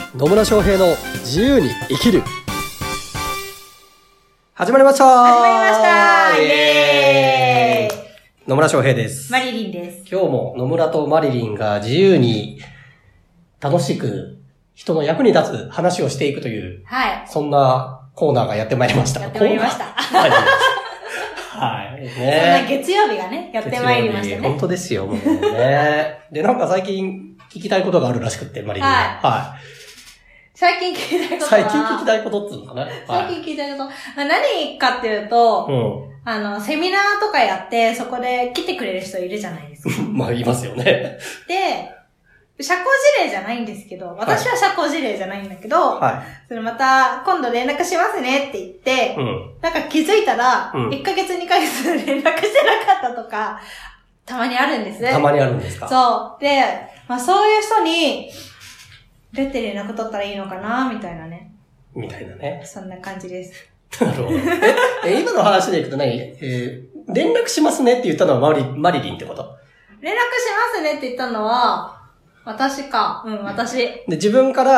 野村翔平の自由に生きる。始まりましたイエーイ。 野村翔平です。 マリリンです。 今日も野村とマリリンが自由に楽しく人の役に立つ話をしていくという、 はい、 そんなコーナーがやってまいりました。 やってまいりました。 はい。ね、 そんな月曜日がね、やってまいりましたね。 本当ですよ、もうね。で、なんか最近聞きたいことがあるらしくって、マリリン。はい。 最近聞きたいことは最近聞きたいことっていうのかな、 最近聞きたいこと。何かっていうと、セミナーとかやって、そこで来てくれる人いるじゃないですか。 まあ、いますよね。 で、社交辞令じゃないんですけど、私は社交辞令じゃないんだけど、 はい。 それまた、今度連絡しますねって言って、なんか気づいたら、1ヶ月2ヶ月連絡してなかったとか、たまにあるんです。 たまにあるんですか？ そう。で、まあそういう人に、どうやって連絡取ったらいいのかなみたいなね。 みたいなね。 そんな感じです。 なるほど。今の話でいくと何？連絡しますねって言ったのはマリリンってこと？ 連絡しますねって言ったのは、私か。私。 で、自分から、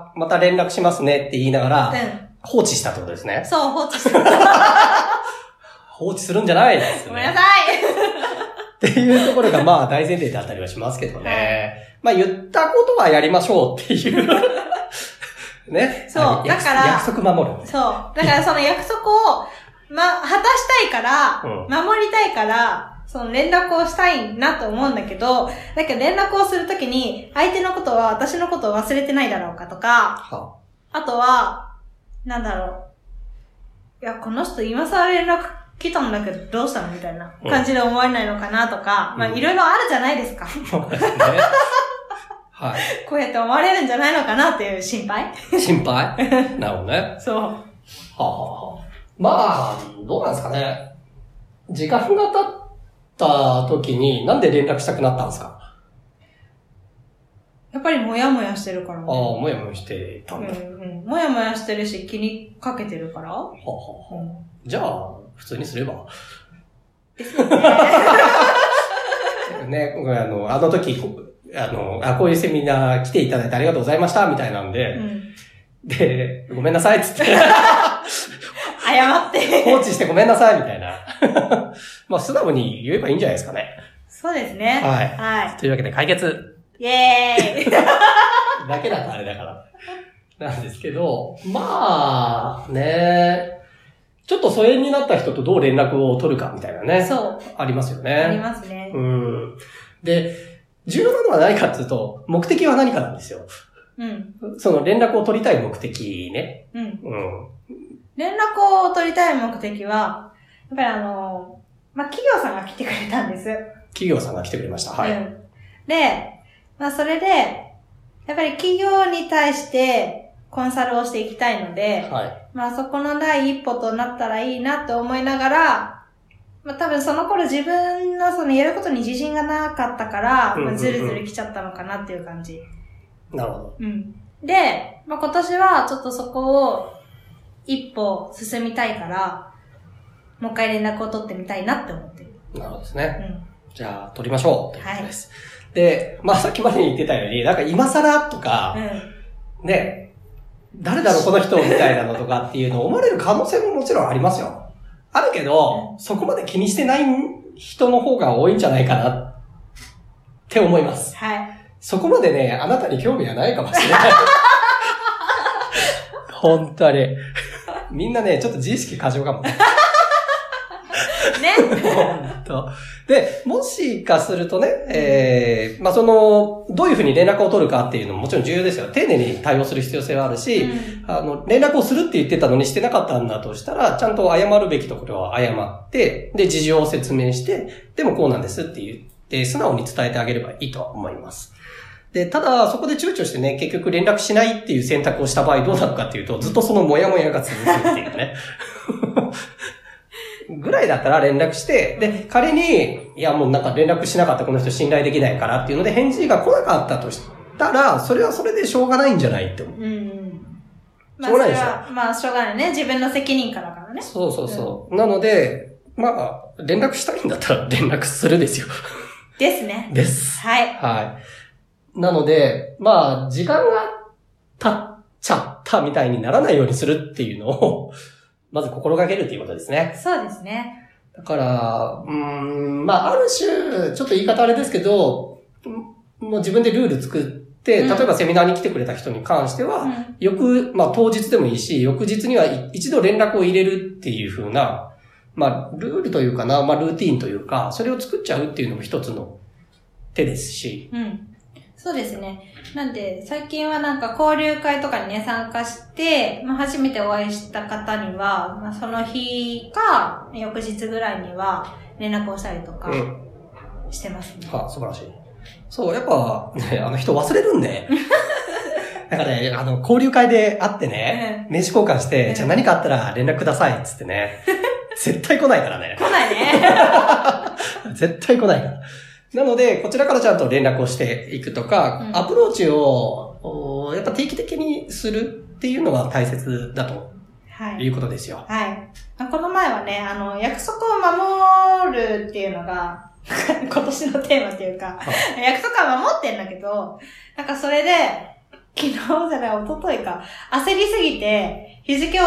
また連絡しますねって言いながら、放置したってことですね。 そう、放置した。 放置するんじゃないですね。 ごめんなさい。 っていうところがまあ大前提であったりはしますけどね。まあ言ったことはやりましょうっていう。ね。 そう、だから。 約束守る。 そう。だからその約束を、果たしたいから、守りたいから、その連絡をしたいなと思うんだけど、だけど連絡をするときに、相手のことは私のことを忘れてないだろうかとか、あとは、なんだろう。いや、この人今更連絡来たんだけどどうしたのみたいな感じで思われないのかなとか、まあいろいろあるじゃないですか。 そうですね。はい。 こうやって思われるんじゃないのかなっていう心配？ 心配？なるほどね。 そう。 まあ、どうなんですかね。時間が経った時になんで連絡したくなったんですか？ やっぱりもやもやしてるからね。 もやもやしてたんだ。 もやもやしてるし気にかけてるから。 じゃあ、普通にすれば。 ですよね。 ね、あの時、こういうセミナー来ていただいてありがとうございました、みたいなんで、で、ごめんなさい、つって。 謝って。 放置してごめんなさい、みたいな。まあ、素直に言えばいいんじゃないですかね。 そうですね。 はい。というわけで解決。 イェーイだけだとあれだから。なんですけど、まあ、ね、ちょっと疎遠になった人とどう連絡を取るかみたいなね。 そう。 ありますよね。 ありますね。 で、重要なのは何かっていうと、目的は何かなんですよ。その連絡を取りたい目的ね。 連絡を取りたい目的は、やっぱり企業さんが来てくれたんです。 企業さんが来てくれました。はい。 で、それで、やっぱり企業に対してコンサルをしていきたいので、そこの第一歩となったらいいなって思いながら、多分その頃自分のそのやることに自信がなかったから、ずるずる来ちゃったのかなっていう感じ。 なるほど。 で、今年はちょっとそこを一歩進みたいから、もう一回連絡を取ってみたいなって思ってる。 なるほどですね。じゃあ、取りましょう。ということです。で、さっきまでに言ってたように、なんか今更とか、ね、誰だろうこの人みたいなのとかっていうのを思われる可能性ももちろんありますよ。あるけど、そこまで気にしてない人の方が多いんじゃないかなって思います。そこまでね、あなたに興味はないかもしれない。本当に。みんなね、ちょっと自意識過剰かも。 ね。 本当。で、もしかするとね、どういうふうに連絡を取るかっていうのももちろん重要ですよ。丁寧に対応する必要性はあるし、連絡をするって言ってたのにしてなかったんだとしたら、ちゃんと謝るべきところは謝って、で、事情を説明して、でもこうなんですって言って、素直に伝えてあげればいいとは思います。で、ただ、そこで躊躇してね、結局連絡しないっていう選択をした場合どうなるかっていうと、ずっとそのモヤモヤが続くっていうね。ぐらいだったら連絡して、で、仮に、いやもうなんか連絡しなかったこの人信頼できないからっていうので返事が来なかったとしたら、それはそれでしょうがないんじゃないって思う。しょうがないでしょ。 しょうがないね。自分の責任からからね。 そう。なので、連絡したいんだったら連絡するですよ。 ですね。 です。 はい。 なので、時間が立っちゃったみたいにならないようにするっていうのを、まず心がけるっていうことですね。 そうですね。 だから、まあ、ある種、ちょっと言い方あれですけど、もう自分でルール作って、例えばセミナーに来てくれた人に関しては、まあ、当日でもいいし、翌日には一度連絡を入れるっていう風な、まあ、ルールというかな、まあ、ルーティーンというか、それを作っちゃうっていうのも一つの手ですし。 そうですね。なんで、最近はなんか交流会とかにね、参加して、まあ、初めてお会いした方には、まあ、その日か、翌日ぐらいには連絡をしたりとかしてますね。 素晴らしい。そう、やっぱ、ね、人忘れるんで。だからね、交流会で会ってね、名刺交換して、じゃあ何かあったら連絡くださいっつってね。絶対来ないからね。 来ないね。 絶対来ないから。なので、こちらからちゃんと連絡をしていくとか、アプローチを、やっぱ定期的にするっていうのが大切だと。いうことですよ。 はい。この前はね、約束を守るっていうのが、今年のテーマっていうか、約束は守ってんだけど、なんかそれで、昨日じゃない、一昨日か、焦りすぎて、日付を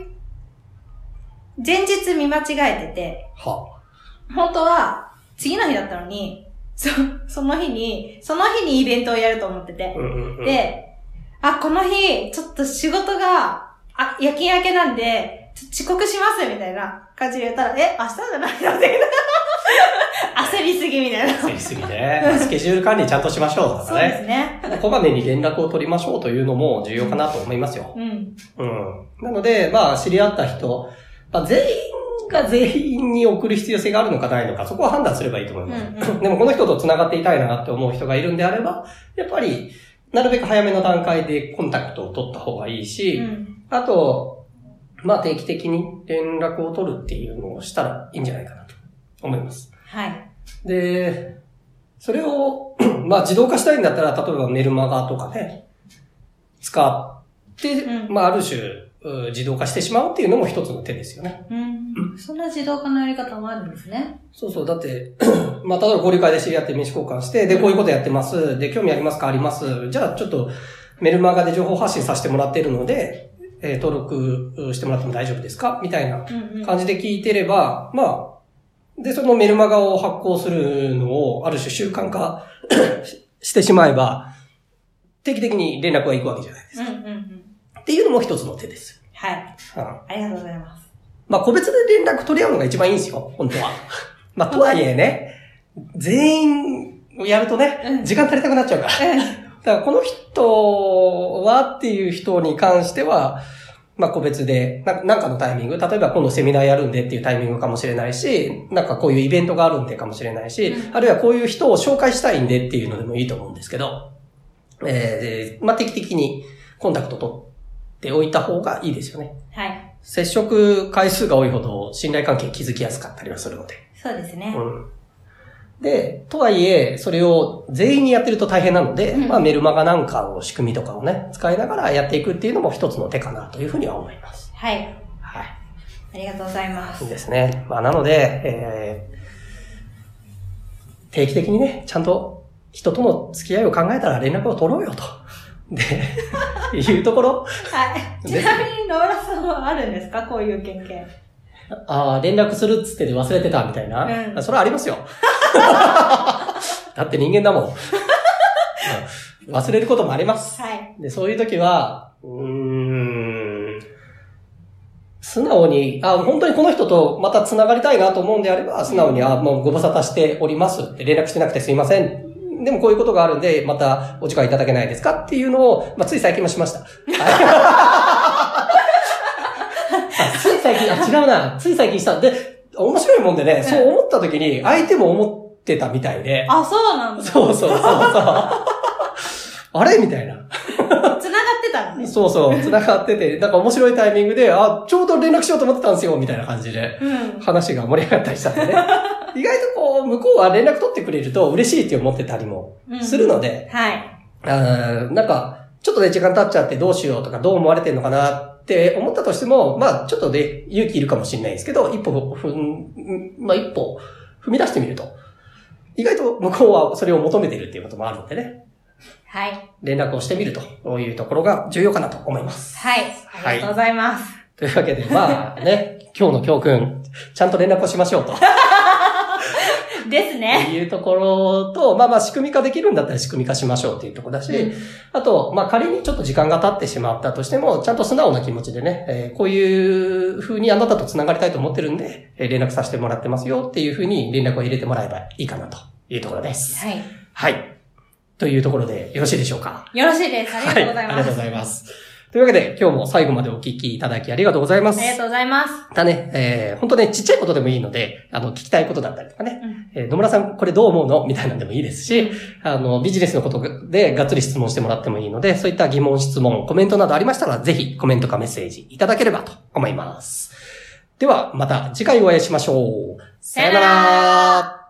前日見間違えてて、本当は次の日だったのに、その日にイベントをやると思ってて、で、この日、ちょっと仕事が、夜勤明けなんで、遅刻しますみたいな感じで言ったら、明日じゃないのみたいな。焦りすぎみたいな。 焦りすぎね。スケジュール管理ちゃんとしましょうとかね。そうですね。 こまめに連絡を取りましょうというのも重要かなと思いますよ。なので、まあ、知り合った人、全員が全員に送る必要性があるのかないのか、そこは判断すればいいと思います。でもこの人と繋がっていたいなって思う人がいるんであれば、やっぱり、なるべく早めの段階でコンタクトを取った方がいいし、あと、まあ定期的に連絡を取るっていうのをしたらいいんじゃないかなと思います。 はい。 で、それを、まあ自動化したいんだったら、例えばメルマガとかね、使って、まあある種、自動化してしまうっていうのも一つの手ですよね。 そんな自動化のやり方もあるんですね。 そう。だって、まあ、例えば交流会で知り合って名刺交換して、で、こういうことやってます。で、興味ありますか？あります。じゃあ、ちょっと、メルマガで情報発信させてもらっているので、登録してもらっても大丈夫ですか？みたいな感じで聞いてれば、まあ、で、そのメルマガを発行するのを、ある種習慣化してしまえば、定期的に連絡が行くわけじゃないですか。っていうのも一つの手です。 はい。ありがとうございます。 まあ、個別で連絡取り合うのが一番いいんですよ、本当は。まあ、とはいえね、全員やるとね、時間足りなくなっちゃうから。だから、この人はっていう人に関しては、まあ、個別で、なんかのタイミング、例えば今度セミナーやるんでっていうタイミングかもしれないし、なんかこういうイベントがあるんでかもしれないし、あるいはこういう人を紹介したいんでっていうのでもいいと思うんですけど、まあ、定期的にコンタクト取っておいた方がいいですよね。 はい。 接触回数が多いほど信頼関係築きやすかったりはするので。 そうですね。 で、とはいえ、それを全員にやってると大変なので、まあメルマガなんかの仕組みとかをね、使いながらやっていくっていうのも一つの手かなというふうには思います。 はい。ありがとうございます。 いいですね。まあなので、定期的にね、ちゃんと人との付き合いを考えたら連絡を取ろうよと。で、いうところ。 はい。ちなみに野村さんはあるんですか？こういう経験。 連絡するっつってて忘れてたみたいな。それはありますよ。だって人間だもん。忘れることもあります。 はい。 で、そういう時は、素直に、本当にこの人とまた繋がりたいなと思うんであれば、素直に、もうご無沙汰しておりますって連絡してなくてすいません。でもこういうことがあるんで、またお時間いただけないですかっていうのを、つい最近もしました。つい最近、違うな。つい最近した。で、面白いもんでね、そう思った時に、相手も思ってたみたいで。 そうなんだ。 そう。あれみたいな。 繋がってたのね。 そう、繋がってて、なんか面白いタイミングで、ちょうど連絡しようと思ってたんですよ、みたいな感じで、話が盛り上がったりしたんでね。意外と向こうは連絡取ってくれると嬉しいって思ってたりもするので、 はい。 なんか、ちょっとね、時間経っちゃってどうしようとか、どう思われてんのかなって思ったとしても、ちょっとね、勇気いるかもしれないですけど、一歩踏み出してみると、意外と向こうはそれを求めてるっていうこともあるんでね。 はい。 連絡をしてみるというところが重要かなと思います。 はい。ありがとうございます。 というわけで、まあね、今日の教訓、ちゃんと連絡をしましょうと。 ですね。 っていうところと、まあ仕組み化できるんだったら仕組み化しましょうっていうところだし、あと、仮にちょっと時間が経ってしまったとしても、ちゃんと素直な気持ちでね、こういう風にあなたと繋がりたいと思ってるんで、連絡させてもらってますよっていう風に連絡を入れてもらえばいいかなというところです。 はい。 はい。というところでよろしいでしょうか？ よろしいです。ありがとうございます。 はい、ありがとうございます。というわけで、今日も最後までお聞きいただきありがとうございます。 ありがとうございます。 だね、本当ね、ちっちゃいことでもいいので、聞きたいことだったりとかね、野村さんこれどう思うのみたいなんでもいいですし、ビジネスのことでがっつり質問してもらってもいいので、そういった疑問、質問、コメントなどありましたら、ぜひコメントかメッセージいただければと思います。では、また次回お会いしましょう。 さよなら。